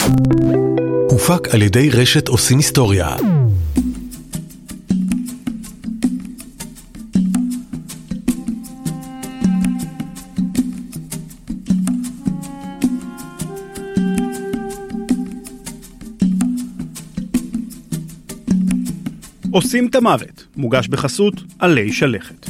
הופק על ידי רשת עושים היסטוריה. עושים את המוות, מוגש בחסות עלי שלכת.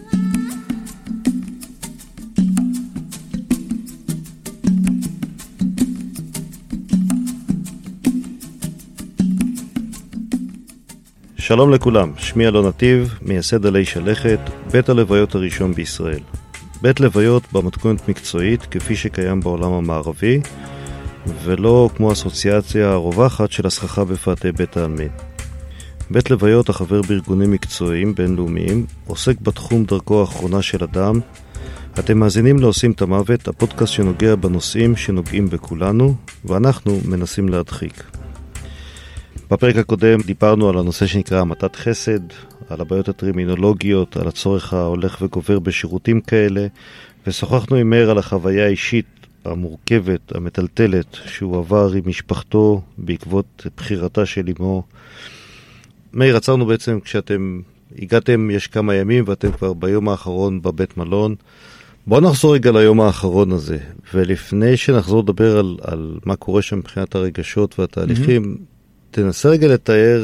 שלום לכולם, שמי אלון נתיב, מייסד עלי שלכת, בית הלוויות הראשון בישראל. בית לוויות במתכונת מקצועית כפי שקיים בעולם המערבי, ולא כמו אסוציאציה הרווחת של הסככה בפאתי בית העלמין. בית לוויות החבר בארגונים מקצועיים בינלאומיים, עוסק בתחום דרכו האחרונה של אדם. אתם מאזינים לעושים את המוות, הפודקאסט שנוגע בנושאים שנוגעים בכולנו, ואנחנו מנסים להדחיק. בפרק הקודם דיברנו על הנושא שנקרא המתת חסד, על הבעיות הטרמינולוגיות, על הצורך ההולך וגובר בשירותים כאלה, ושוחחנו עם מאיר על החוויה האישית המורכבת, המטלטלת, שהוא עבר עם משפחתו בעקבות בחירתה של אמו. מאיר, עצרנו בעצם כשאתם הגעתם, יש כמה ימים ואתם כבר ביום האחרון בבית מלון. בואו נחזור רגע ליום האחרון הזה, ולפני שנחזור לדבר על מה קורה שם מבחינת הרגשות והתהליכים, תנסה רגע לתאר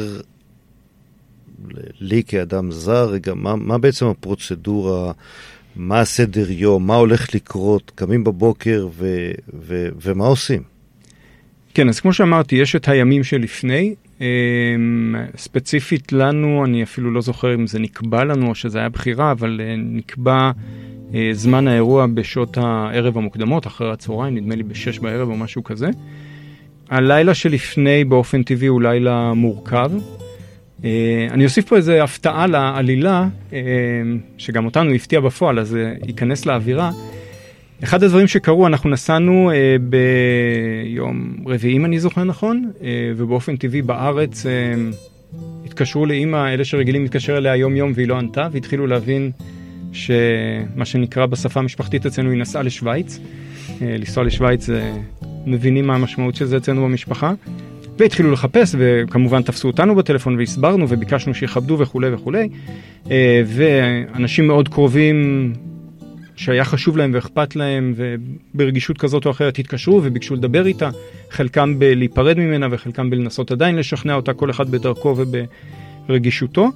לי כאדם זר, רגע, מה בעצם הפרוצדורה, מה הסדר יום, מה הולך לקרות, קמים בבוקר ומה עושים? כן, אז כמו שאמרתי, יש את הימים שלפני, ספציפית לנו, אני אפילו לא זוכר אם זה נקבע לנו או שזה היה בחירה, אבל נקבע זמן האירוע בשעות הערב המוקדמות, אחרי הצהריים, נדמה לי ב6 בערב או משהו כזה. הלילה שלפני באופן טבעי הוא לילה מורכב. אני אוסיף פה איזו הפתעה לעלילה, שגם אותנו הפתיע בפועל, אז ייכנס לאווירה. אחד הדברים שקרו, אנחנו נסענו ביום רביעי, אם אני זוכר נכון, ובאופן טבעי בארץ התקשרו לאמא, אלה שרגילים להתקשר אליה יום-יום והיא לא ענתה, והתחילו להבין שמה שנקרא בשפה המשפחתית אצלנו היא נסעה לשוויץ. לנסוע לשוויץ מבינים מה המשמעות של זה אצלנו במשפחה, והתחילו לחפש, וכמובן תפסו אותנו בטלפון והסברנו וביקשנו שיכבדו וכו' וכו'. ואנשים מאוד קרובים שהיה חשוב להם ואכפת להם, וברגישות כזאת או אחרת התקשרו וביקשו לדבר איתה, חלקם בלהיפרד ממנה וחלקם בלנסות עדיין לשכנע אותה, כל אחד בדרכו וברגישותו.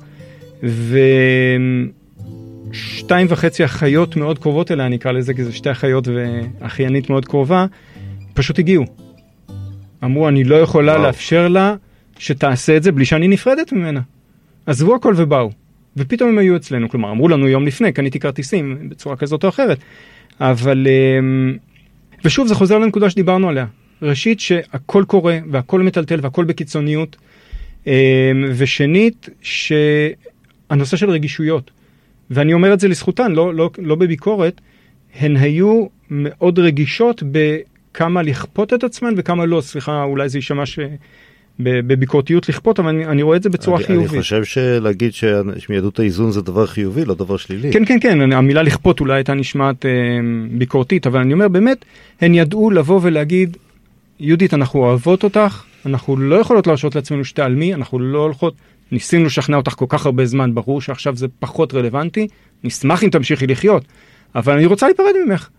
2.5 אחיות מאוד קרובות אליה, אני אקרא לזה, כי זה 2 אחיות ואחיינית מאוד קרובה, פשוט הגיעו. אמרו, אני לא יכולה לאפשר לה שתעשה את זה בלי שאני נפרדת ממנה. עזבו הכל ובאו. ופתאום הם היו אצלנו, כלומר, אמרו לנו יום לפני, קניתי כרטיסים בצורה כזאת או אחרת. אבל, ושוב, זה חוזר לנקודה שדיברנו עליה. ראשית, שהכל קורה, והכל מטלטל, והכל בקיצוניות. ושנית, שהנושא של רגישויות. ואני אומר את זה לזכותן, לא בביקורת, הן היו מאוד רגישות בכמה לכפות את עצמן וכמה לא. סליחה, אולי זה יישמע בביקורתיות לכפות, אבל אני רואה את זה בצורה חיובית. אני חושב שלהגיד שמיהדות האיזון זה דבר חיובי, לא דבר שלילי. כן, המילה לכפות אולי הייתה נשמעת ביקורתית, אבל אני אומר באמת, הן ידעו לבוא ולהגיד, יהודית, אנחנו אוהבות אותך, אנחנו לא יכולות להרשות לעצמנו שתעלמי, אנחנו לא הולכות, ניסינו לשכנע אותך כל כך הרבה זמן, ברור שעכשיו זה פחות רלוונטי, נשמח אם תמשיכי לחיות, אבל אני רוצה להיפרד ממך.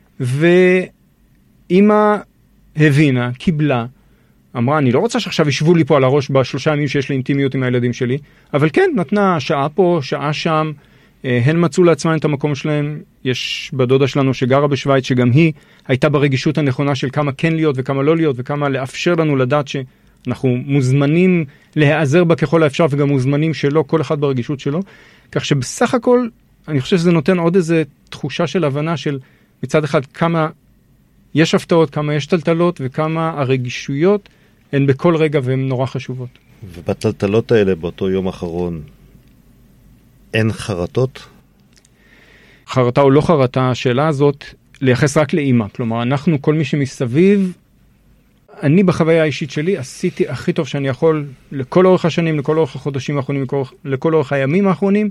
ואמא הבינה, קיבלה, אמרה, אני לא רוצה שעכשיו ישבו לי פה על הראש ב3 ימים שיש לי אינטימיות עם הילדים שלי, אבל כן, נתנה שעה פה, שעה שם, הן מצאו לעצמן את המקום שלהם. יש בדודה שלנו שגרה בשוויץ, שגם היא הייתה ברגישות הנכונה של כמה כן להיות וכמה לא להיות, וכמה לאפשר לנו לדעת שאנחנו מוזמנים להיעזר בה ככל האפשר, וגם מוזמנים שלא, כל אחד ברגישות שלו. כך שבסך הכל, אני חושב שזה נותן עוד איזו תחושה של הבנה של מצד אחד כמה יש הפתעות, כמה יש טלטלות, וכמה הרגישויות הן בכל רגע והן נורא חשובות. ובטלטלות האלה באותו יום האחרון, אין חרטות? חרטה או לא חרטה, השאלה הזאת לייחס רק לאמא. כלומר, אנחנו, כל מי שמסביב, אני בחוויה האישית שלי עשיתי הכי טוב שאני יכול לכל אורך השנים, לכל אורך החודשים האחרונים, לכל אורך הימים האחרונים,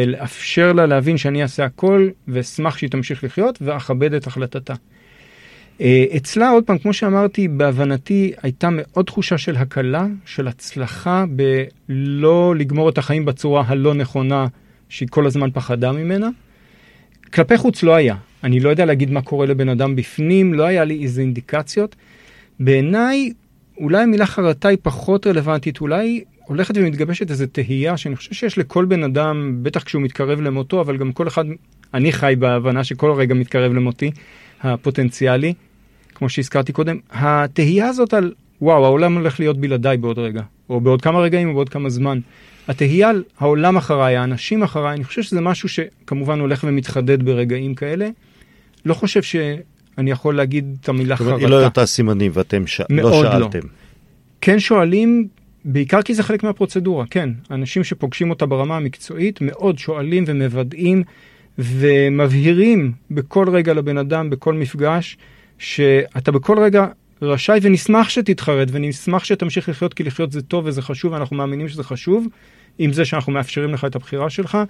בלאפשר לה להבין שאני אעשה הכל, ואשמח שהיא תמשיך לחיות, ואכבד את החלטתה. אצלה, עוד פעם, כמו שאמרתי, בהבנתי הייתה מאוד תחושה של הקלה, של הצלחה בלא לגמור את החיים בצורה הלא נכונה, שהיא כל הזמן פחדה ממנה. כלפי חוץ לא היה. אני לא יודע להגיד מה קורה לבן אדם בפנים, לא היה לי איזה אינדיקציות. בעיניי, אולי המילה חרטה היא פחות רלוונטית, אולי הולכת ומתגבשת איזו תהייה, שאני חושב שיש לכל בן אדם, בטח כשהוא מתקרב למותו, אבל גם כל אחד, אני חי בהבנה שכל רגע מתקרב למותי, הפוטנציאלי, כמו שהזכרתי קודם, התהייה הזאת על, וואו, העולם הולך להיות בלעדיי בעוד רגע, או בעוד כמה רגעים, או בעוד כמה זמן. התהייה על העולם אחריי, האנשים אחריי, אני חושב שזה משהו שכמובן הולך ומתחדד ברגעים כאלה. לא חושב שאני יכול להגיד את המילה חרטה. היא לא יודעת סימנים, ואתם לא שאלתם. לא. כן שואלים, בעיקר כי זה חלק מהפרוצדורה, כן. אנשים שפוגשים אותה ברמה המקצועית, מאוד שואלים ומוודאים, ומבהירים בכל רגע לבן אדם, בכל מפגש, שאתה בכל רגע רשאי ונשמח שתתחרט, ונשמח שתמשיך לחיות, כי לחיות זה טוב וזה חשוב, ואנחנו מאמינים שזה חשוב, עם זה שאנחנו מאפשרים לך את הבחירה שלך,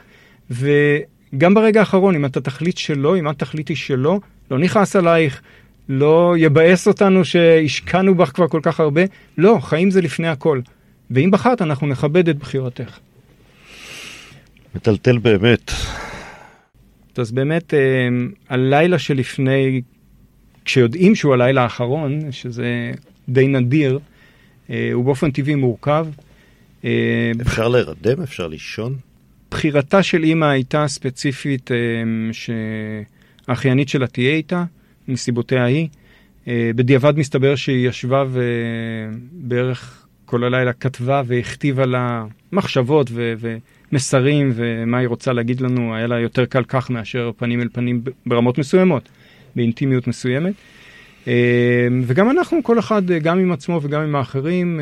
וגם ברגע האחרון, אם אתה תחליט שלא, אם את תחליטי שלא, לא נכעס עלייך, לא יבאס אותנו שהשקענו בך כבר כל כך הרבה, לא, חיים זה לפני הכל. ואם בחרת, אנחנו נכבד את בחירתך. מטלטל באמת. אז באמת, הלילה שלפני, כשיודעים שהוא הלילה האחרון, שזה די נדיר, הוא באופן טבעי מורכב. אפשר להירדם? אפשר לישון? בחירתה של אמא הייתה ספציפית שהאחיינית שלה תהיה איתה, מסיבותיה היא. בדיעבד מסתבר שהיא ישבה ובערך כל הלילה כתבה והכתיבה לה מחשבות ומסרים ומה היא רוצה להגיד לנו. היה לה יותר קל כך מאשר פנים אל פנים ברמות מסוימות, באינטימיות מסוימת. וגם אנחנו, כל אחד, גם עם עצמו וגם עם האחרים,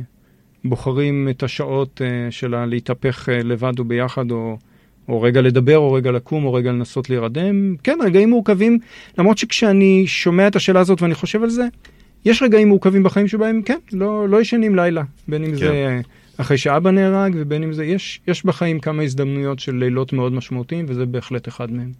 בוחרים את השעות שלה להתהפך לבד או ביחד, או רגע לדבר, או רגע לקום, או רגע לנסות להירדם. כן, רגעים מורכבים, למרות שכשאני שומע את השאלה הזאת ואני חושב על זה, יש רגעים מורכבים בחיים שבהם, כן, לא ישנים לילה. בין אם זה אחרי שאבא נהרג, ובין אם זה, יש בחיים כמה הזדמנויות של לילות מאוד משמעותיים, וזה בהחלט אחד מהם.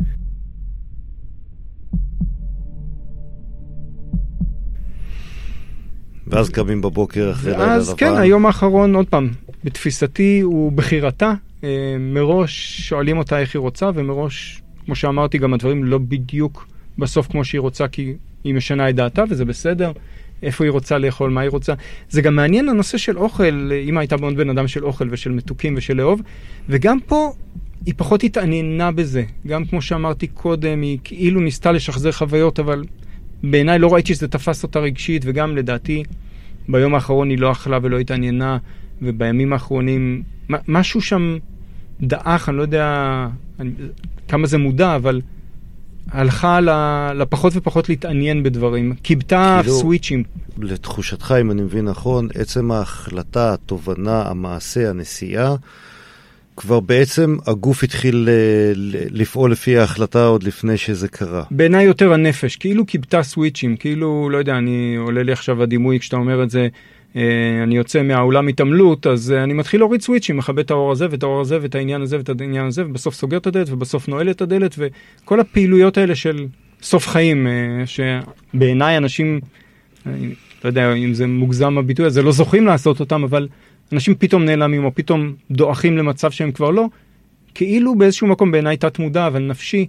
ואז קמים בבוקר אחרי לילה לבן. אז כן, היום האחרון, עוד פעם, בתפיסתי הוא בחירתה. מראש שואלים אותה איך היא רוצה, ומראש, כמו שאמרתי, גם הדברים לא בדיוק בסוף כמו שהיא רוצה, כי היא משנה את דעתה, וזה בסדר. איפה היא רוצה לאכול, מה היא רוצה. זה גם מעניין הנושא של אוכל, אמא הייתה מאוד בן אדם של אוכל ושל מתוקים ושל לאהוב, וגם פה היא פחות התעניינה בזה. גם כמו שאמרתי קודם, היא כאילו ניסתה לשחזר חוויות, אבל בעיניי לא ראיתי שזה תפס אותה רגשית, וגם לדעתי ביום האחרון היא לא אכלה ולא התעניינה, ובימים האחרונים משהו שם דאח, אני לא יודע כמה זה מודע, אבל הלכה לפחות ופחות להתעניין בדברים, קיבתה סוויצ'ים. לתחושתך, אם אני מבין נכון, עצם ההחלטה, התובנה, המעשה, הנסיעה, כבר בעצם הגוף התחיל לפעול לפי ההחלטה עוד לפני שזה קרה. בעיניי יותר הנפש, כאילו קיבתה סוויצ'ים, כאילו, לא יודע, אני עולה לי עכשיו הדימוי כשאתה אומר את זה, אני יוצא מהעולם התעמלות, אז אני מתחיל להוריד סוויצ'ים, מכבה את האור הזה ואת האור הזה ואת העניין הזה ואת העניין הזה, ובסוף סוגר את הדלת ובסוף נועל את הדלת, וכל הפעילויות האלה של סוף חיים, שבעיניי אנשים, אני לא יודע אם זה מוגזם הביטוי, אז זה לא זוכים לעשות אותם, אבל אנשים פתאום נעלמים או פתאום דועכים למצב שהם כבר לא, כאילו באיזשהו מקום בעיניי תת מודע, אבל נפשי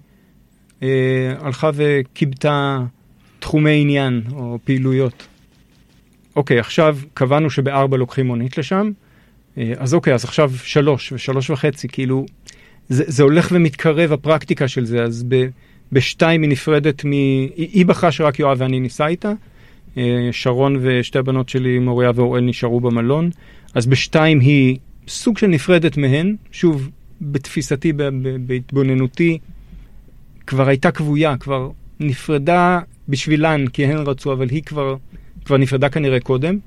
הלכה וקיבתה תחומי עניין או פעילויות. אוקיי, עכשיו קבענו שב4 לוקחים מונית לשם, אז אוקיי, אז עכשיו 3 ו3.5, כאילו, זה הולך ומתקרב הפרקטיקה של זה, אז ב2 היא נפרדת היא בחרה שרק יואב ואני ניסה איתה, שרון ושתי הבנות שלי, מוריה ואוראל, נשארו במלון, אז ב2 היא סוג של נפרדת מהן, שוב, בתפיסתי, בהתבוננותי, כבר הייתה קבויה, כבר נפרדה בשבילן, כי הן רצו, אבל היא כבר נפרדה כנראה קודם,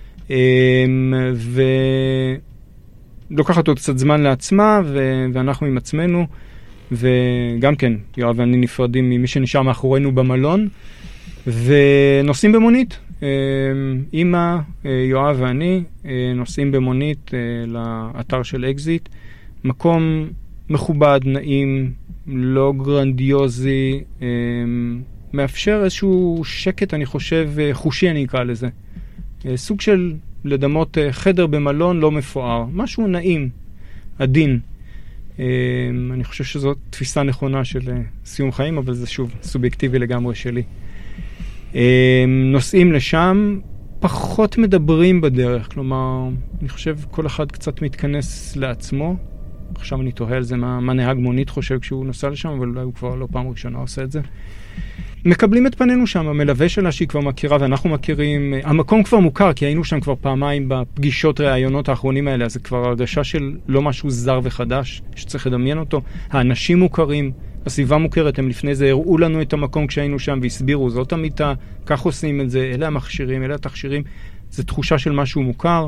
ולוקחת עוד קצת זמן לעצמה, ואנחנו עם עצמנו, וגם כן, יואב ואני נפרדים ממי שנשאר מאחורינו במלון, ונוסעים במונית. אמא, יואב ואני נוסעים במונית לאתר של אקזיט, מקום מכובד, נעים, לא גרנדיוזי, מאפשר איזשהו שקט, אני חושב, חושי אני אקרא לזה. סוג של לדמות חדר במלון לא מפואר, משהו נעים, עדין. אני חושב שזאת תפיסה נכונה של סיום חיים, אבל זה שוב סובייקטיבי לגמרי שלי. נוסעים לשם, פחות מדברים בדרך, כלומר, אני חושב כל אחד קצת מתכנס לעצמו. עכשיו אני תוהה על זה מה נהג מונית חושב כשהוא נוסע לשם, אבל אולי הוא כבר לא פעם ראשונה עושה את זה. מקבלים את פנינו שם, המלווה שלה שהיא כבר מכירה ואנחנו מכירים, המקום כבר מוכר, כי היינו שם כבר פעמיים בפגישות ראיונות האחרונים האלה, אז זה כבר הרגשה של לא משהו זר וחדש, שצריך לדמיין אותו. האנשים מוכרים, הסביבה מוכרת, הם לפני זה הראו לנו את המקום כשהיינו שם והסבירו, זאת המיטה, כך עושים את זה, אלה המכשירים, אלה התכשירים, זו תחושה של משהו מוכר.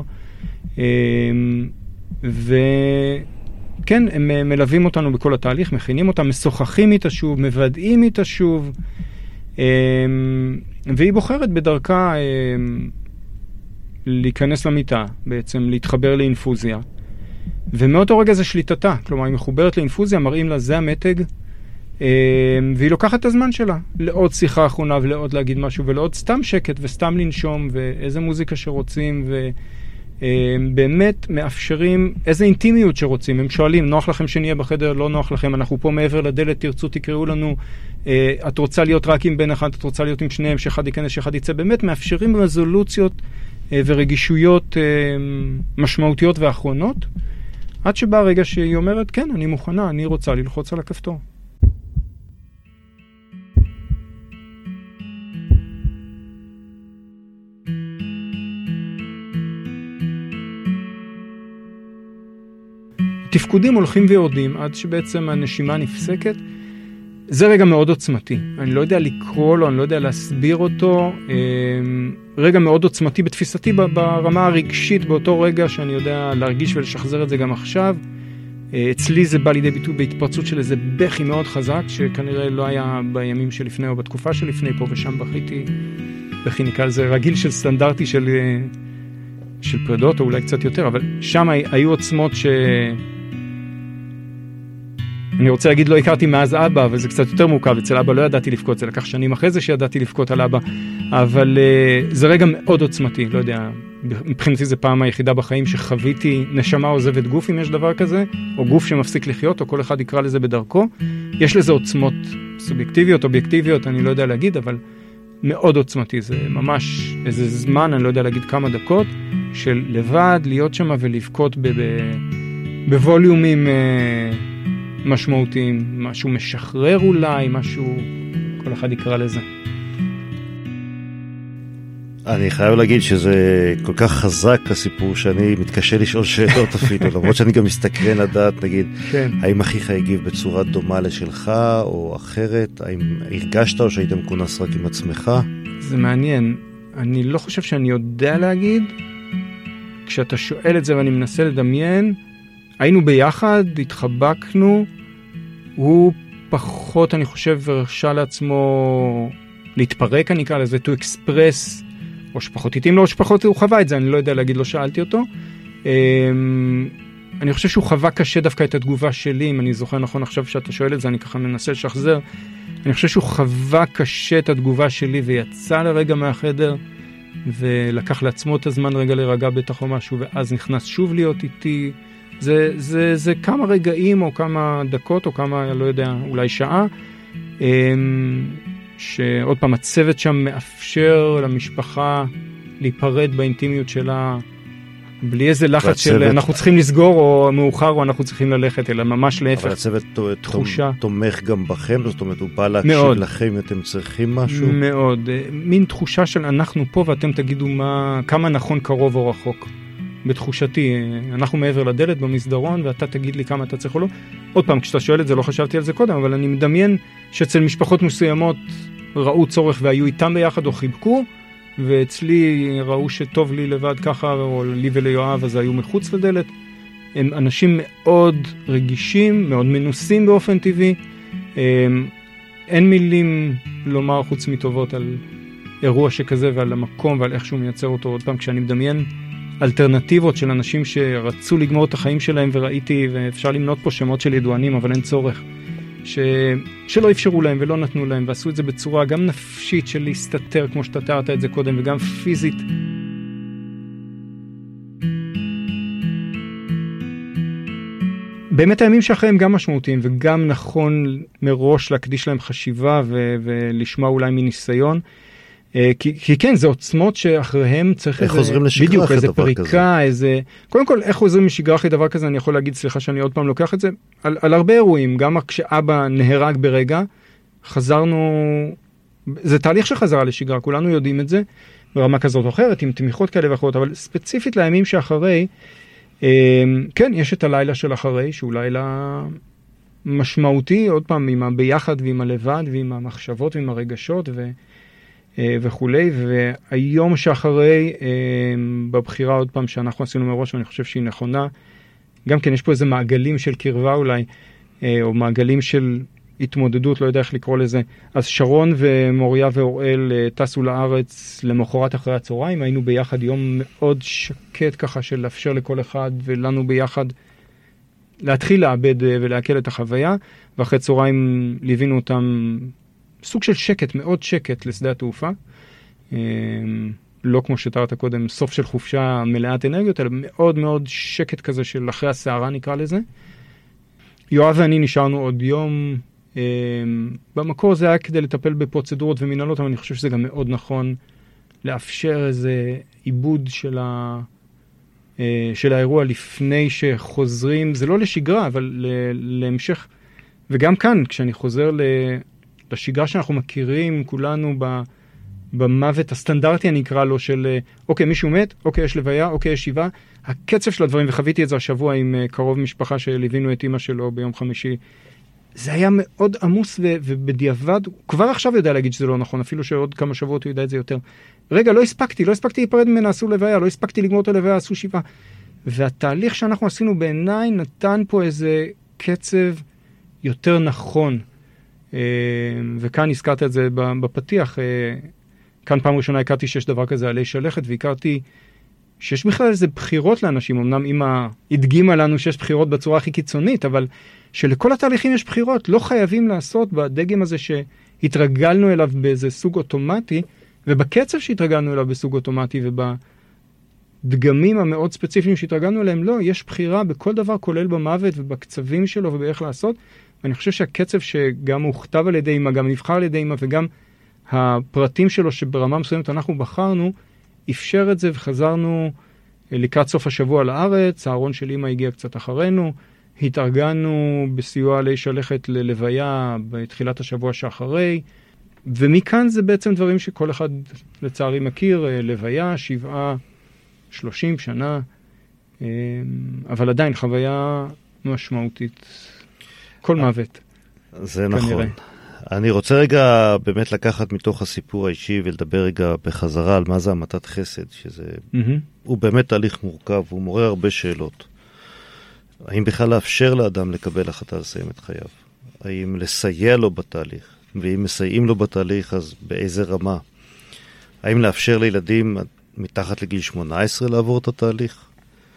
וכן, הם מלווים אותנו בכל התהליך, מכינים אותם, משוחחים איתה שוב, מוודאים איתה שוב, והיא בוחרת בדרכה להיכנס למיטה, בעצם להתחבר לאינפוזיה. ומאותו רגע זה שליטתה, כלומר, היא מחוברת לאינפוזיה, מראים לה, זה המתג, והיא לוקחת את הזמן שלה, לעוד שיחה אחרונה ולעוד להגיד משהו, ולעוד סתם שקט וסתם לנשום, ואיזה מוזיקה שרוצים, ובאמת מאפשרים איזה אינטימיות שרוצים. הם שואלים, נוח לכם שנהיה בחדר, לא נוח לכם, אנחנו פה מעבר לדלת, תרצו, תקראו לנו, את רוצה להיות רק עם בן אחד, את רוצה להיות עם שניהם, שאחד ייכנס, שאחד יצא, באמת מאפשרים רזולוציות ורגישויות משמעותיות ואחרונות, עד שבא הרגע שהיא אומרת, כן, אני מוכנה, אני רוצה ללחוץ על הכפתור. תפקודים הולכים ויורדים עד שבעצם הנשימה נפסקת. זה רגע מאוד עוצמתי. אני לא יודע לקרוא לו, אני לא יודע להסביר אותו. רגע מאוד עוצמתי בתפיסתי ברמה הרגשית, באותו רגע שאני יודע להרגיש ולשחזר את זה גם עכשיו. אצלי זה בא לידי ביטוי בהתפרצות של איזה בכי מאוד חזק, שכנראה לא היה בימים שלפני או בתקופה שלפני, פה ושם בכיתי. בכי נקרא לזה רגיל של סטנדרטי של פרדות, או אולי קצת יותר, אבל שם היו עוצמות אני רוצה להגיד, לא הכרתי מאז אבא, אבל זה קצת יותר מורכב. אצל אבא לא ידעתי לבכות, זה לקח שנים אחרי זה שידעתי לבכות על אבא, אבל זה רגע מאוד עוצמתי, לא יודע, מבחינתי זה פעם היחידה בחיים שחוויתי נשמה עוזבת גוף, אם יש דבר כזה, או גוף שמפסיק לחיות, או כל אחד יקרא לזה בדרכו. יש לזה עוצמות סובייקטיביות, אובייקטיביות, אני לא יודע להגיד, אבל מאוד עוצמתי. זה ממש איזה זמן, אני לא יודע להגיד כמה דקות, של לבד להיות שם ולבכות בווליומים משמעותיים, משהו משחרר אולי, משהו, כל אחד יקרא לזה. אני חייב להגיד שזה כל כך חזק הסיפור שאני מתקשה לשאול שאלות אפילו, למרות שאני גם מסתקרן לדעת, נגיד, כן. האם אחיך הגיב בצורה דומה לשלך או אחרת, האם הרגשת או שהיית מכונס רק עם עצמך? זה מעניין, אני לא חושב שאני יודע להגיד, כשאתה שואל את זה ואני מנסה לדמיין, היינו ביחד, התחבקנו, הוא פחות, אני חושב, הרשה לעצמו להתפרק, אני אקרא לזה, to express, או שפחות איתים, לא, או שפחות הוא חווה את זה, אני לא יודע להגיד, לא שאלתי אותו. אני חושב שהוא חווה קשה דווקא את התגובה שלי, אם אני זוכר נכון עכשיו שאתה שואל את זה, אני ככה מנסה לשחזר. אני חושב שהוא חווה קשה את התגובה שלי, ויצא לרגע מהחדר, ולקח לעצמו את הזמן רגע לרגע בטח או משהו, ואז נכנס שוב להיות איתי. זה כמה רגעים או כמה דקות או כמה, לא יודע, אולי שעה, שעוד פעם הצוות שם מאפשר למשפחה להיפרד באינטימיות שלה, בלי איזה לחץ של אנחנו צריכים לסגור או מאוחר או אנחנו צריכים ללכת, אלא ממש להפך. אבל הצוות תומך גם בכם, זאת אומרת הוא בא להקשיב לכם אם אתם צריכים משהו? מאוד, מין תחושה של אנחנו פה ואתם תגידו כמה נכון קרוב או רחוק. בתחושתי, אנחנו מעבר לדלת במסדרון, ואתה תגיד לי כמה אתה צריך או לא. עוד פעם, כשאתה שואל את זה, לא חשבתי על זה קודם, אבל אני מדמיין שאצל משפחות מסוימות ראו צורך והיו איתם ביחד או חיבקו, ואצלי ראו שטוב לי לבד ככה, או לי וליואב, אז היו מחוץ לדלת. הם אנשים מאוד רגישים, מאוד מנוסים באופן טבעי. אין מילים לומר חוץ מטובות על אירוע שכזה ועל המקום ועל איך שהוא מייצר אותו. עוד פעם, כשאני מדמיין אלטרנטיבות של אנשים שרצו לגמור את החיים שלהם, וראיתי, ואפשר למנות פה שמות של ידוענים, אבל אין צורך. שלא אפשרו להם ולא נתנו להם, ועשו את זה בצורה גם נפשית של להסתתר, כמו שאתה תיארת את זה קודם, וגם פיזית. באמת הימים שאחריהם גם משמעותיים, וגם נכון מראש להקדיש להם חשיבה ולשמוע אולי מניסיון. כי כן, זה עוצמות שאחריהם צריך איך חוזרים לשגרה אחרי דבר כזה? קודם כל, איך חוזרים לשגרה אחרי דבר כזה, אני יכול להגיד, סליחה שאני עוד פעם לוקח את זה, על הרבה אירועים, גם כשאבא נהרג ברגע, חזרנו, זה תהליך שחזרה לשגרה, כולנו יודעים את זה, ברמה כזאת או אחרת, עם תמיכות כאלה ואחרות, אבל ספציפית לימים שאחרי, כן, יש את הלילה של אחרי, שהוא לילה משמעותי, עוד פעם, עם הביחד ועם הלבד, ועם המחשבות ועם הרגשות וכולי, והיום שאחרי, בבחירה עוד פעם שאנחנו עשינו מראש, ואני חושב שהיא נכונה, גם כן יש פה איזה מעגלים של קרבה אולי, או מעגלים של התמודדות, לא יודע איך לקרוא לזה. אז שרון ומוריה ואוראל טסו לארץ למחרת אחרי הצהריים, היינו ביחד יום מאוד שקט ככה של לאפשר לכל אחד ולנו ביחד להתחיל לאבד ולהקל את החוויה, ואחרי צהריים ליווינו אותם סוג של שקט, מאוד שקט לשדה התעופה. לא כמו שתיארת קודם, סוף של חופשה מלאת אנרגיות, אלא מאוד מאוד שקט כזה של אחרי הסערה נקרא לזה. יואב ואני נשארנו עוד יום, במקור זה היה כדי לטפל בפרוצדורות ומנהלות, אבל אני חושב שזה גם מאוד נכון לאפשר איזה עיבוד של האירוע לפני שחוזרים, זה לא לשגרה, אבל להמשך. וגם כאן, כשאני חוזר לשגרה שאנחנו מכירים כולנו במוות הסטנדרטי, אני אקרא לו, של אוקיי, מישהו מת, אוקיי, יש לוויה, אוקיי, יש שיבה. הקצב של הדברים, וחוויתי את זה השבוע עם קרוב משפחה שליווינו את אמא שלו ביום חמישי, זה היה מאוד עמוס ובדיעבד, כבר עכשיו יודע להגיד שזה לא נכון, אפילו שעוד כמה שבועות הוא יודע את זה יותר. רגע, לא הספקתי להיפרד ממנה, עשו לוויה, לא הספקתי לגמור את הלוויה, עשו שיבה. והתהליך שאנחנו עשינו בעיניי נתן פה איזה קצב יותר נכון. וכאן הזכרת את זה בפתיח, כאן פעם ראשונה הכרתי שיש דבר כזה עלי שלכת, והכרתי שיש בכלל איזה בחירות לאנשים, אמנם אמא הדגימה לנו שיש בחירות בצורה הכי קיצונית, אבל שלכל התהליכים יש בחירות, לא חייבים לעשות בדגם הזה שהתרגלנו אליו באיזה סוג אוטומטי, ובקצב שהתרגלנו אליו בסוג אוטומטי, ובדגמים המאוד ספציפיים שהתרגלנו אליהם, לא, יש בחירה בכל דבר, כולל במוות ובקצבים שלו ובאיך לעשות, ואני חושב שהקצב שגם הוא כתב על ידי אמא, גם נבחר על ידי אמא, וגם הפרטים שלו שברמה מסוימת אנחנו בחרנו, אפשר את זה וחזרנו לקראת סוף השבוע לארץ, הארון של אמא הגיע קצת אחרינו, התארגנו בסיוע עלי שלכת ללוויה בתחילת השבוע שאחרי, ומכאן זה בעצם דברים שכל אחד לצערי מכיר, לוויה, 30 שנה, אבל עדיין חוויה משמעותית, כל מוות. זה נכון. אני רוצה רגע באמת לקחת מתוך הסיפור האישי ולדבר רגע בחזרה על מה זה המתת חסד, שזה הוא באמת תהליך מורכב, הוא מעורר הרבה שאלות. האם בכלל לאפשר לאדם לקבל החלטה לסיים את חייו? האם לסייע לו בתהליך? ואם מסייעים לו בתהליך, אז באיזה רמה? האם לאפשר לילדים מתחת לגיל 18 לעבור את התהליך?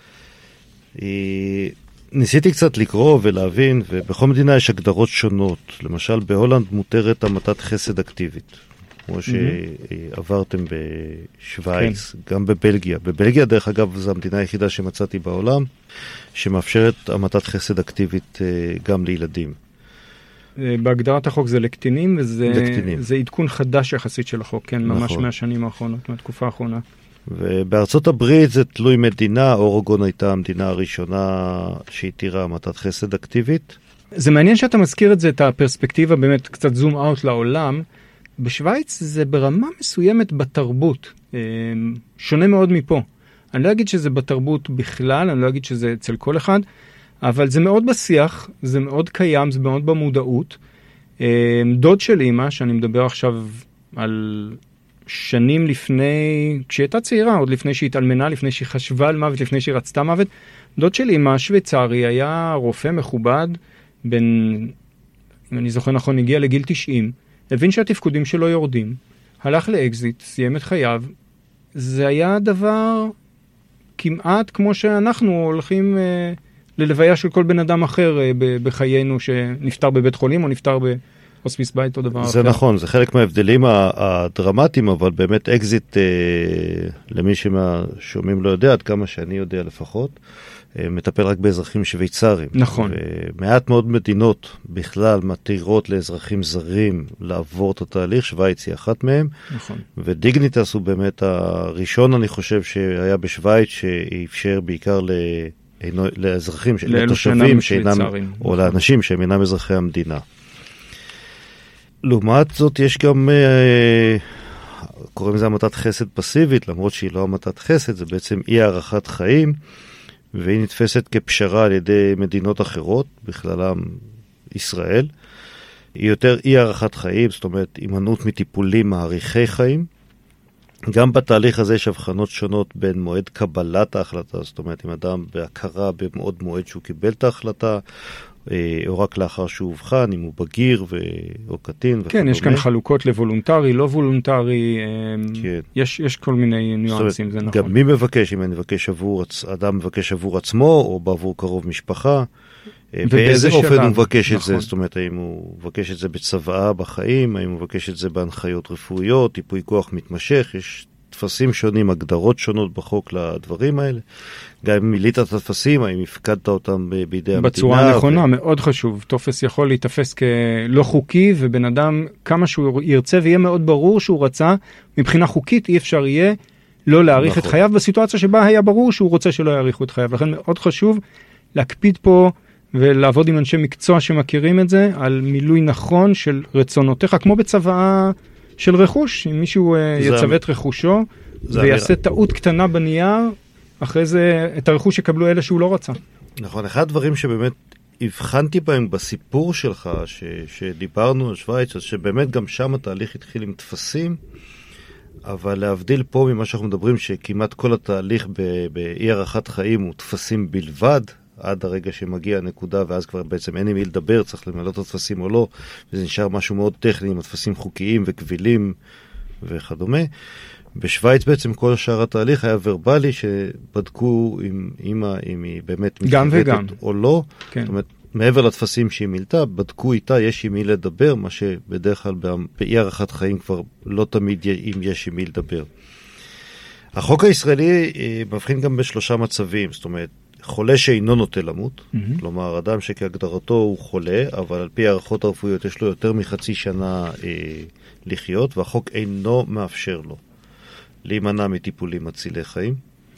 ניסיתי קצת לקרוא ולהבין, ובכל מדינה יש הגדרות שונות. למשל, בהולנד מותרת המתת חסד אקטיבית, כמו שעברתם בשוויץ, גם בבלגיה. בבלגיה, דרך אגב, זו המדינה היחידה שמצאתי בעולם, שמאפשרת המתת חסד אקטיבית גם לילדים. בהגדרת החוק זה לקטינים, וזה עדכון חדש יחסית של החוק, כן, ממש מהשנים האחרונות, מהתקופה האחרונה. ובארצות הברית זה תלוי מדינה, אורגון הייתה המדינה הראשונה שהתירה המתת חסד אקטיבית. זה מעניין שאתה מזכיר את זה, את הפרספקטיבה, באמת קצת זום אאוט לעולם. בשוויץ זה ברמה מסוימת בתרבות, שונה מאוד מפה. אני לא אגיד שזה בתרבות בכלל, אני לא אגיד שזה אצל כל אחד, אבל זה מאוד בשיח, זה מאוד קיים, זה מאוד במודעות. דוד של אמא, שאני מדבר עכשיו על שנים לפני, כשהיא הייתה צעירה, עוד לפני שהיא התאלמנה, לפני שהיא חשבה על מוות, לפני שהיא רצתה מוות, דוד של אמא, שוויצרי, היה רופא מכובד, אם אני זוכר נכון, הגיע לגיל 90, הבין שהתפקודים שלו יורדים, הלך לאקזיט, סיים את חייו, זה היה דבר כמעט כמו שאנחנו הולכים ללוויה של כל בן אדם אחר בחיינו שנפטר בבית חולים או נפטר בהוספיס בית או דבר אחר. זה נכון, זה חלק מההבדלים הדרמטיים, אבל באמת אקזיט, למי ששומעים לא יודע, עד כמה שאני יודע לפחות, מטפל רק באזרחים שוויצרים. נכון. ומעט מאוד מדינות בכלל מתירות לאזרחים זרים לעבור את התהליך, שוויץ היא אחת מהם. נכון. ודיגניטס הוא באמת הראשון, אני חושב, שהיה בשוויץ, שאפשר בעיקר לאזרחים, לתושבים שאינם, או לאנשים שהם אינם אזרחי המדינה. לעומת זאת, יש גם, קוראים לזה המתת חסד פסיבית, למרות שהיא לא המתת חסד, זה בעצם אי הערכת חיים, והיא נתפסת כפשרה על ידי מדינות אחרות, בכללם ישראל. היא יותר אי הערכת חיים, זאת אומרת, הימנעות מטיפולים מעריכי חיים. גם בתהליך הזה יש הבחנות שונות בין מועד קבלת ההחלטה, זאת אומרת, אם אדם בהכרה במועד מועד שהוא קיבל את ההחלטה, או רק לאחר שהוא הובחן, אם הוא בגיר או קטין. כן, יש כאן חלוקות לוולונטרי, לא וולונטרי, יש כל מיני ניואנסים, זה נכון. גם מי מבקש, אם אדם מבקש עבור עצמו, או בעבור קרוב משפחה, באיזה אופן הוא מבקש את זה, זאת אומרת, האם הוא מבקש את זה בצוואה בחיים, האם הוא מבקש את זה בהנחיות רפואיות, ייפוי כוח מתמשך, יש תפסים שונים, הגדרות שונות בחוק לדברים האלה. גם אם מילאת את התפסים, האם הפקדת אותם בידי המדינה. בצורה הנכונה, מאוד חשוב. תופס יכול להתפס כלא חוקי, ובן אדם, כמה שהוא ירצה, ויהיה מאוד ברור שהוא רצה, מבחינה חוקית אי אפשר יהיה לא להאריך את חייו, בסיטואציה שבה היה ברור שהוא רוצה שלא יאריכו את חייו. לכן מאוד חשוב להקפיד פה, ולעבוד עם אנשי מקצוע שמכירים את זה, על מילוי נכון של רצונותיך, כמו בצוואה של רכוש, אם מישהו יצווה את רכושו, ויעשה טעות קטנה בנייר, אחרי זה את הרכוש יקבלו אלה שהוא לא רצה. נכון, אחד הדברים שבאמת הבחנתי בהם בסיפור שלך, שדיברנו על שוויץ, אז שבאמת גם שם התהליך התחיל עם תפסים, אבל להבדיל פה ממה שאנחנו מדברים, שכמעט כל התהליך באי ערכת חיים הוא תפסים בלבד, עד הרגע שמגיע הנקודה, ואז כבר בעצם אין עם מי לדבר, צריך למלא את התפסים או לא, וזה נשאר משהו מאוד טכני, עם התפסים חוקיים וקבילים וכדומה. בשוויץ בעצם כל שאר התהליך היה ורבלי, שבדקו אם היא באמת מתכוותת או לא. כן. זאת אומרת, מעבר לתפסים שהיא מילתה, בדקו איתה, יש עם מי לדבר, מה שבדרך כלל באי ערכת חיים כבר לא תמיד אם יש עם מי לדבר. החוק הישראלי מבחין גם בשלושה מצבים, זאת אומרת, חולה שאינו נוטה למות, כלומר, אדם שכהגדרתו הוא חולה, אבל על פי הערכות הרפואיות יש לו יותר מחצי שנה לחיות, והחוק אינו מאפשר לו להימנע מטיפולים מצילי חיים.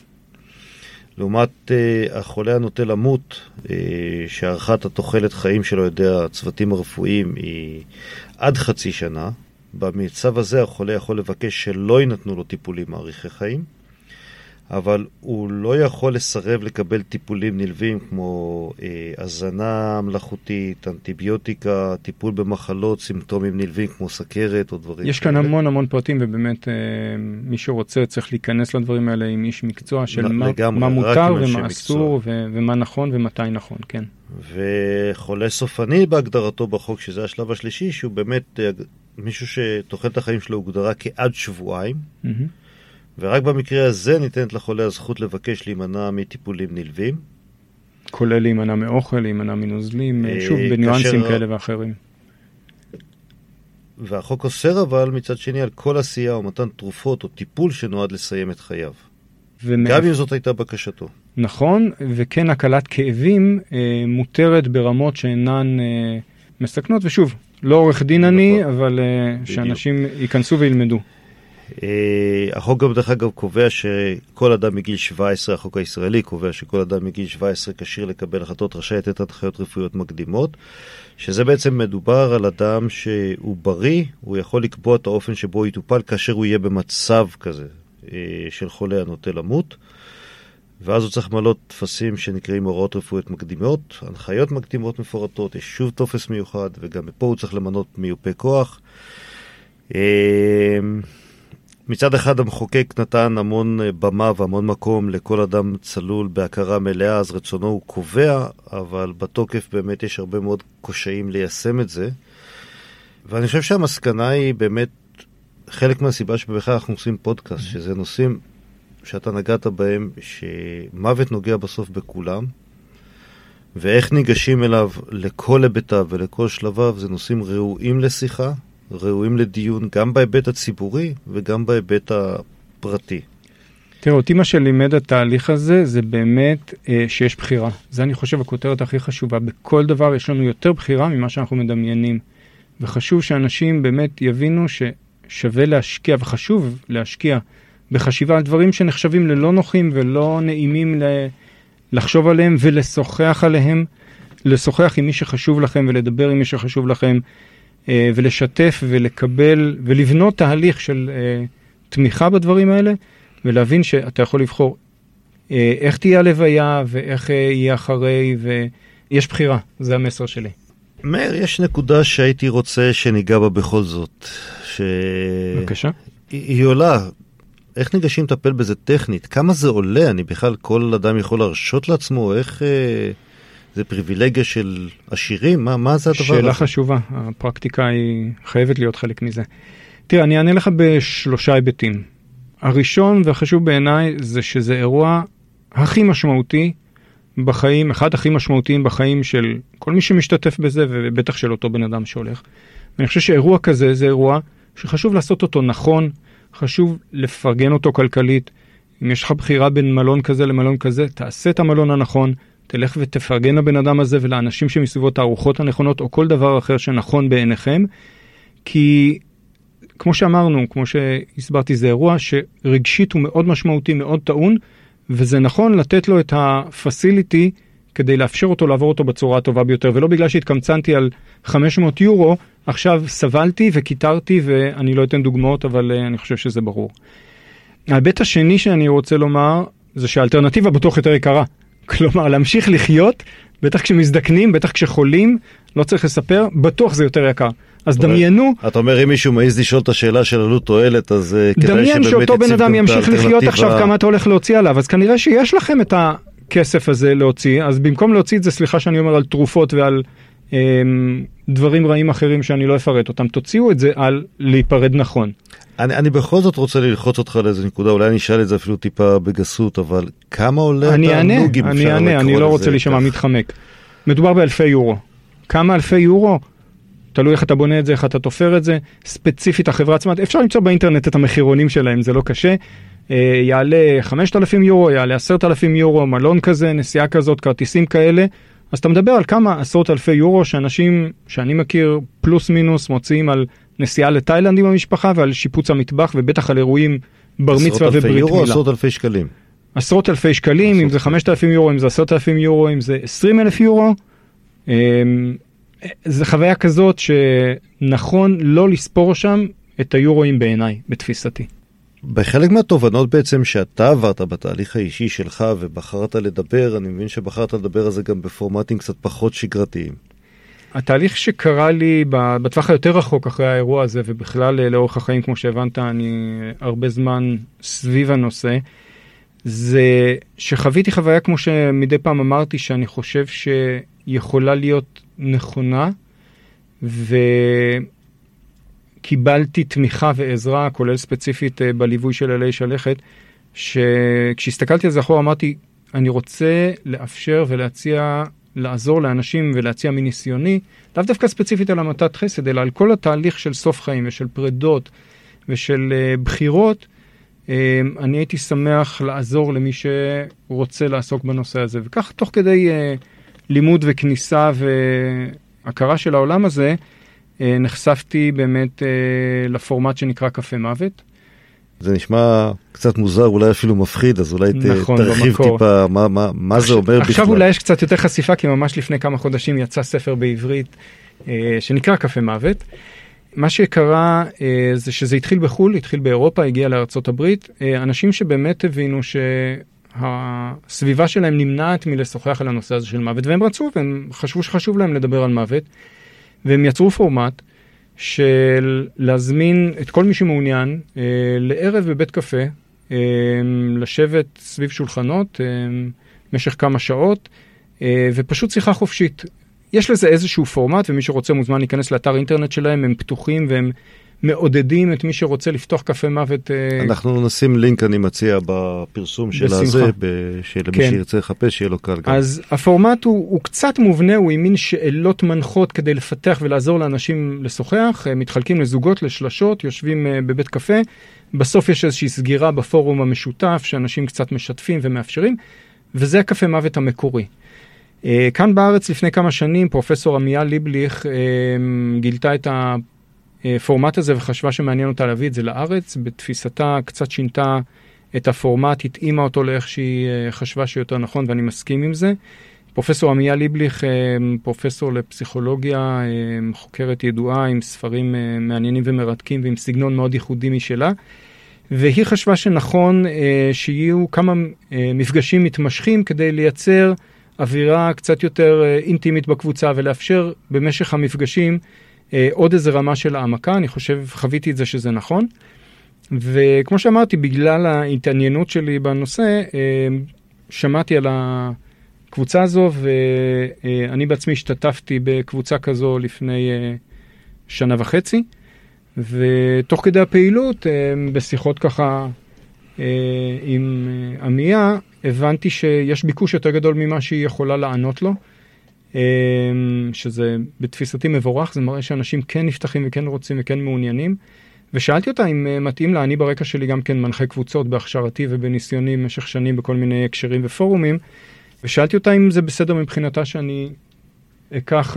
לעומת החולה הנוטה למות, שהערכת התוחלת חיים שלו ידי הצוותים הרפואיים היא עד חצי שנה, במצב הזה החולה יכול לבקש שלא ינתנו לו טיפולים מעריכי חיים, אבל הוא לא יכול לסרב לקבל טיפולים נלווים כמו הזנה מלאכותית, אנטיביוטיקה, טיפול במחלות, סימפטומים נלווים כמו סכרת או דברים. יש כאן המון פרטים, ובאמת מי שרוצה צריך להיכנס לדברים האלה עם איש מקצוע של מה מותר ומה אסור ומה נכון ומתי נכון, כן. וחולה סופני בהגדרתו בחוק, שזה השלב השלישי, שהוא באמת מישהו שתוחלת החיים שלו הוגדרה כעד שבועיים, ורק במקרה הזה ניתנת לחולה הזכות לבקש להימנע מטיפולים נלווים. כולל להימנע מאוכל, להימנע מנוזלים, שוב בניואנסים כאלה ואחרים. והחוק אוסר אבל מצד שני על כל עשייה או מתן תרופות או טיפול שנועד לסיים את חייו. גם אם זאת הייתה בקשתו. נכון, וכן הקלת כאבים מותרת ברמות שאינן מסכנות, ושוב, לא עורך דין אני, אבל שאנשים ייכנסו וילמדו. החוק גם דרך אגב קובע שכל אדם מגיל 17, החוק הישראלי קובע שכל אדם מגיל 17 כשיר לקבל החלטות, רשאי לתת הנחיות רפואיות מקדימות, שזה בעצם מדובר על אדם שהוא בריא, הוא יכול לקבוע את האופן שבו יטופל כאשר הוא יהיה במצב כזה של חולה הנוטה למות, ואז הוא צריך למלא תפסים שנקראים הוראות רפואיות מקדימות, הנחיות מקדימות מפורטות, יש שוב טופס מיוחד, וגם פה הוא צריך למנות מיופה כוח. מצד אחד המחוקק נתן המון במה והמון מקום לכל אדם צלול בהכרה מלאה, אז רצונו הוא קובע, אבל בתוקף באמת יש הרבה מאוד קושיים ליישם את זה. ואני חושב שהמסקנה היא באמת חלק מהסיבה שבכלל אנחנו עושים פודקאסט, שזה נושאים שאתה נגעת בהם, שמוות נוגע בסוף בכולם, ואיך ניגשים אליו לכל היבטיו ולכל שלביו, זה נושאים ראויים לשיחה, ראויים לדיון, גם בהיבט הציבורי וגם בהיבט הפרטי. תראה, אותי מה שלימד התהליך הזה, זה באמת שיש בחירה. זה אני חושב הכותרת הכי חשובה. בכל דבר יש לנו יותר בחירה ממה שאנחנו מדמיינים. וחשוב שאנשים באמת יבינו ששווה להשקיע, וחשוב להשקיע בחשיבה על דברים שנחשבים ללא נוחים ולא נעימים לחשוב עליהם ולשוחח עליהם, לשוחח עם מי שחשוב לכם ולדבר עם מי שחשוב לכם, ולשתף ולקבל ולבנות תהליך של תמיכה בדברים האלה, ולהבין שאתה יכול לבחור איך תהיה הלוויה ואיך יהיה אחרי, ויש בחירה, זה המסר שלי. מאיר, יש נקודה שהייתי רוצה שניגע בה בכל זאת. בבקשה. היא עולה. איך ניגשים לטפל בזה טכנית? כמה זה עולה? אני בכלל, כל אדם יכול להרשות לעצמו? איך זה פריבילגיה של עשירים? מה זה הדבר הזה? שאלה חשובה. הפרקטיקה היא חייבת להיות חלק מזה. תראה, אני אענה לך בשלושה היבטים. הראשון והחשוב בעיניי זה שזה אירוע הכי משמעותי בחיים, אחד הכי משמעותיים בחיים של כל מי שמשתתף בזה, ובטח של אותו בן אדם שהולך. ואני חושב שאירוע כזה זה אירוע שחשוב לעשות אותו נכון, חשוב לפרגן אותו כלכלית. אם יש לך בחירה בין מלון כזה למלון כזה, תעשה את המלון הנכון, תלך ותפרגן לבן אדם הזה ולאנשים שמסביבו את הארוחות הנכונות, או כל דבר אחר שנכון בעיניכם, כי כמו שאמרנו, כמו שהסברתי, זה אירוע שרגשית הוא מאוד משמעותי, מאוד טעון, וזה נכון לתת לו את הפסיליטי כדי לאפשר אותו לעבור אותו בצורה הטובה ביותר, ולא בגלל שהתקמצנתי על 500 יורו, עכשיו סבלתי וכיתרתי, ואני לא אתן דוגמאות, אבל אני חושב שזה ברור. ההיבט השני שאני רוצה לומר, זה שהאלטרנטיבה בטוח יותר יקרה. כלומר, להמשיך לחיות, בטח כשמזדקנים, בטח כשחולים, לא צריך לספר, בטוח זה יותר יקר. אז דמיינו... אתה אומר, אם מישהו מעיז לשאול את השאלה של עלות תועלת, אז דמיין שאותו בן אדם ימשיך לחיות עכשיו כמה אתה הולך להוציא עליו, אז כנראה שיש לכם את הכסף הזה להוציא, אז במקום להוציא את זה, סליחה שאני אומר על תרופות ועל דברים רעים אחרים שאני לא אפרט אותם, תוציאו את זה על להיפרד נכון. אני בכל זאת רוצה ללחוץ אותך לאיזו נקודה, אולי אני אשאל את זה אפילו טיפה בגסות, אבל כמה עולה תענוג אם אפשר לקרוא לזה? אני לא רוצה להישמע מתחמק. מדובר באלפי יורו. כמה אלפי יורו? תלוי איך אתה בונה את זה, איך אתה תופר את זה. ספציפית החברה עצמה, אפשר למצוא באינטרנט את המחירונים שלהם, זה לא קשה. יעלה 5,000 יורו, יעלה 10,000 יורו, מלון כזה, נסיעה כזאת, כרטיסים כאלה. אז אתה מדבר על כמה עשרות אלפי יורו שאנשים שאני מכיר פלוס מינוס מוציאים על נסיעה לתאילנד עם המשפחה ועל שיפוץ המטבח ובטח על אירועים בר מצווה וברית מילה. יורו, עשרות אלפי שקלים. עשרות אלפי שקלים, אם זה 5,000 יורו, אם זה 10,000 יורו, אם זה 20,000 יורו. זה חוויה כזאת שנכון לא לספור שם את היורואים בעיניי, בתפיסתי. בחלק מהתובנות בעצם שאתה עברת בתהליך האישי שלך ובחרת לדבר, אני מבין שבחרת לדבר על זה גם בפורמטים קצת פחות שגרתיים. התהליך שקרה לי בטווח היותר רחוק אחרי האירוע הזה, ובכלל לאורך החיים, כמו שהבנת, אני הרבה זמן סביב הנושא, זה שחוויתי חוויה כמו שמדי פעם אמרתי, שאני חושב שיכולה להיות נכונה, וקיבלתי תמיכה ועזרה, כולל ספציפית בליווי של עלי שלכת, שכשהסתכלתי על זה אחורה אמרתי, אני רוצה לאפשר ולהציע, לעזור לאנשים ולהציע מניסיוני, לאו דווקא ספציפית על המתת חסד, אלא על כל התהליך של סוף חיים ושל פרדות ושל בחירות, אני הייתי שמח לעזור למי שרוצה לעסוק בנושא הזה. וכך תוך כדי לימוד וכניסה והכרה של העולם הזה, נחשפתי באמת לפורמט שנקרא קפה מוות. זה נשמע קצת מוזר, אולי אפילו מפחיד, אז אולי תרחיב טיפה מה זה אומר בכלל. עכשיו אולי יש קצת יותר חשיפה, כי ממש לפני כמה חודשים יצא ספר בעברית שנקרא קפה מוות. מה שקרה זה שזה התחיל בחול, התחיל באירופה, הגיע לארצות הברית. אנשים שבאמת הבינו שהסביבה שלהם נמנעת מלשוחח על הנושא הזה של מוות, והם רצו, והם חשבו שחשוב להם לדבר על מוות, והם יצרו פורמט של להזמין את כל מי שמעוניין לערב בבית קפה, לשבת סביב שולחנות, משך כמה שעות, ופשוט שיחה חופשית. יש לזה איזשהו פורמט, ומי שרוצה מוזמן להיכנס לאתר אינטרנט שלהם, הם פתוחים והם מעודדים את מי שרוצה לפתוח קפה מוות. אנחנו נשים לינק, אני מציע, בפרסום של הזה, שלמי שירצה לחפש, שיהיה לו קל גם. אז הפורמט הוא קצת מובנה, הוא עם מין שאלות מנחות כדי לפתח ולעזור לאנשים לשוחח, מתחלקים לזוגות, לשלשות, יושבים בבית קפה, בסוף יש איזושהי סגירה בפורום המשותף, שאנשים קצת משתפים ומאפשרים, וזה הקפה מוות המקורי. כאן בארץ לפני כמה שנים, פרופסור עמיה ליבליך גילתה את הפורמט הזה וחשבה שמעניין אותה להביא את זה לארץ, בתפיסתה קצת שינתה את הפורמט, התאימה אותו לאיך שהיא חשבה שיותר נכון, ואני מסכים עם זה. פרופסור עמיה ליבליך, פרופסור לפסיכולוגיה, חוקרת ידועה עם ספרים מעניינים ומרתקים ועם סגנון מאוד ייחודי משלה, והיא חשבה שנכון שיהיו כמה מפגשים מתמשכים כדי לייצר אווירה קצת יותר אינטימית בקבוצה ולאפשר במשך המפגשים עוד איזה רמה של העמקה. אני חושב, חוויתי את זה שזה נכון. וכמו שאמרתי, בגלל ההתעניינות שלי בנושא, שמעתי על הקבוצה הזו, ואני בעצמי השתתפתי בקבוצה כזו לפני 1.5 שנה, ותוך כדי הפעילות, בשיחות ככה עם עמיה, הבנתי שיש ביקוש יותר גדול ממה שהיא יכולה לענות לו, שזה בתפיסתי מבורך, זה מראה שאנשים כן נפתחים וכן רוצים וכן מעוניינים, ושאלתי אותה אם מתאים לה, אני ברקע שלי גם כן מנחה קבוצות בהכשרתי ובניסיוני במשך שנים בכל מיני הקשרים ופורומים, ושאלתי אותה אם זה בסדר מבחינתה שאני אקח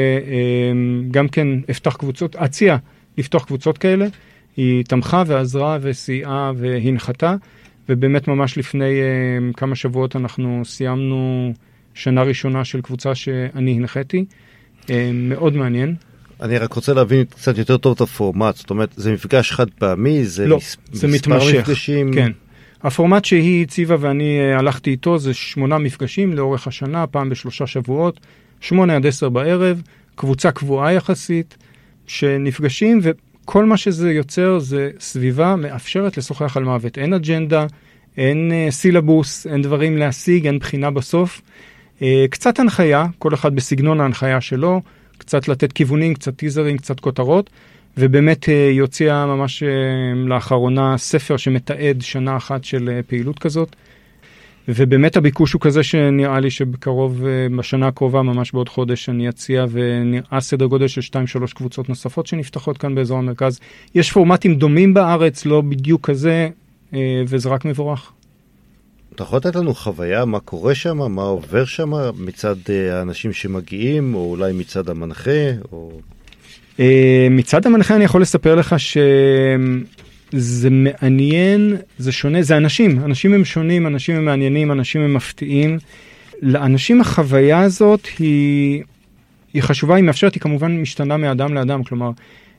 וגם כן אפתח קבוצות, אציע לפתוח קבוצות כאלה. היא תמכה ועזרה וסייעה והנחתה, ובאמת ממש לפני כמה שבועות אנחנו סיימנו שנה ראשונה של קבוצה שאני הנחיתי. מאוד מעניין. אני רק רוצה להבין קצת יותר טוב את הפורמט, זאת אומרת, זה מפגש חד פעמי, זה לא, זה מתמשך. מפגשים? כן. הפורמט שהיא הציבה ואני הלכתי איתו זה 8 מפגשים לאורך השנה, פעם ב3 שבועות, 8 עד 10 בערב, קבוצה קבועה יחסית, שנפגשים וכל מה שזה יוצר זה סביבה מאפשרת לשוחח על מוות. אין אג'נדה, אין סילבוס, אין דברים להשיג, אין בחינה בסוף. קצת הנחיה, כל אחד בסגנון ההנחיה שלו, קצת לתת כיוונים, קצת טיזרים, קצת כותרות, ובאמת היא הוציאה ממש לאחרונה ספר שמתעד שנה אחת של פעילות כזאת, ובאמת הביקוש הוא כזה שנראה לי שבקרוב, בשנה הקרובה, ממש בעוד חודש, אני אציע, ונראה סדר גודל של 2-3 קבוצות נוספות שנפתחות כאן באזור המרכז. יש פורמטים דומים בארץ, לא בדיוק כזה, וזה רק מבורך. אתה יכול לתת לנו חוויה, מה קורה שם, מה עובר שם, מצד האנשים שמגיעים, או אולי מצד המנחה, או... מצד המנחה אני יכול לספר לך שזה מעניין, זה שונה, זה אנשים. אנשים הם שונים, אנשים הם מעניינים, אנשים הם מפתיעים. לאנשים החוויה הזאת היא חשובה, היא מאפשרת, היא כמובן משתנה מאדם לאדם, כלומר,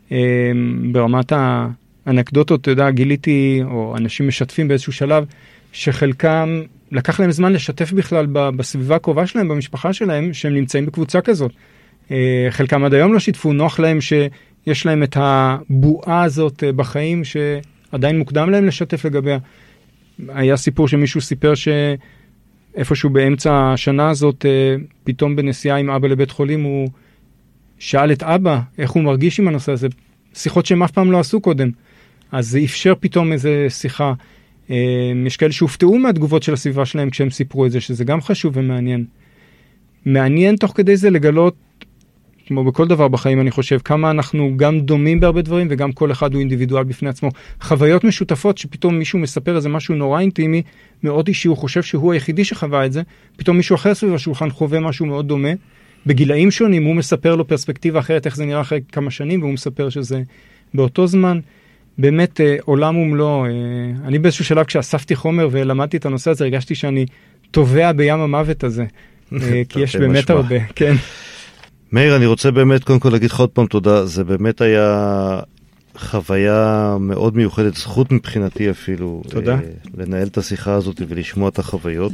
ברמת האנקדוטות, אתה יודע, גיליתי, או אנשים משתפים באיזשהו שלב, שחלקם לקח להם זמן לשתף בכלל בסביבה הקרובה שלהם, במשפחה שלהם, שהם נמצאים בקבוצה כזאת. חלקם עד היום לא שיתפו, נוח להם שיש להם את הבועה הזאת בחיים, שעדיין מוקדם להם לשתף לגביה. היה סיפור שמישהו סיפר שאיפשהו באמצע השנה הזאת, פתאום בנסיעה עם אבא לבית חולים, הוא שאל את אבא איך הוא מרגיש עם הנושא הזה, שיחות שהם אף פעם לא עשו קודם. אז זה אפשר פתאום איזה שיחה. יש כאלה שהופתעו מהתגובות של הסביבה שלהם כשהם סיפרו את זה, שזה גם חשוב ומעניין. מעניין תוך כדי זה לגלות, כמו בכל דבר בחיים אני חושב, כמה אנחנו גם דומים בהרבה דברים, וגם כל אחד הוא אינדיבידואל בפני עצמו. חוויות משותפות שפתאום מישהו מספר איזה משהו נורא אינטימי, מאוד אישי, הוא חושב שהוא היחידי שחווה את זה, פתאום מישהו אחר סביב השולחן חווה משהו מאוד דומה, בגילאים שונים, הוא מספר לו פרספקטיבה אחרת, איך זה נראה אחרי כמה שנים, והוא מספר שזה באותו זמן. באמת עולם ומלוא. אני באיזשהו שלב כשאספתי חומר ולמדתי את הנושא הזה, הרגשתי שאני טובע בים המוות הזה, כי יש באמת הרבה, כן. מאיר, אני רוצה באמת קודם כל להגיד לך עוד פעם תודה, זה באמת היה חוויה מאוד מיוחדת, זכות מבחינתי אפילו, תודה. לנהל את השיחה הזאת ולשמוע את החוויות.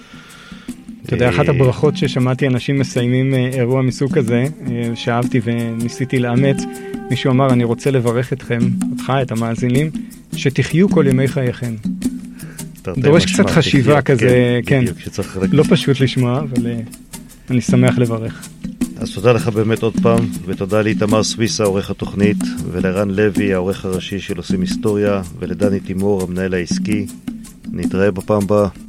אתה יודע, אחת הברכות ששמעתי אנשים מסיימים אירוע מסוג כזה, שאהבתי וניסיתי לאמץ, מישהו אמר, אני רוצה לברך אתכם, אותך, את המאזינים, שתחיו כל ימי חייכם. דורש קצת חשיבה כזה, כן, לא פשוט לשמוע, אבל אני שמח לברך. אז תודה לך באמת עוד פעם, ותודה לאיתמר סוויסה, עורך התוכנית, ולרן לוי, העורך הראשי של עושים היסטוריה, ולדני תימור, המנהל העסקי. נתראה בפעם הבאה.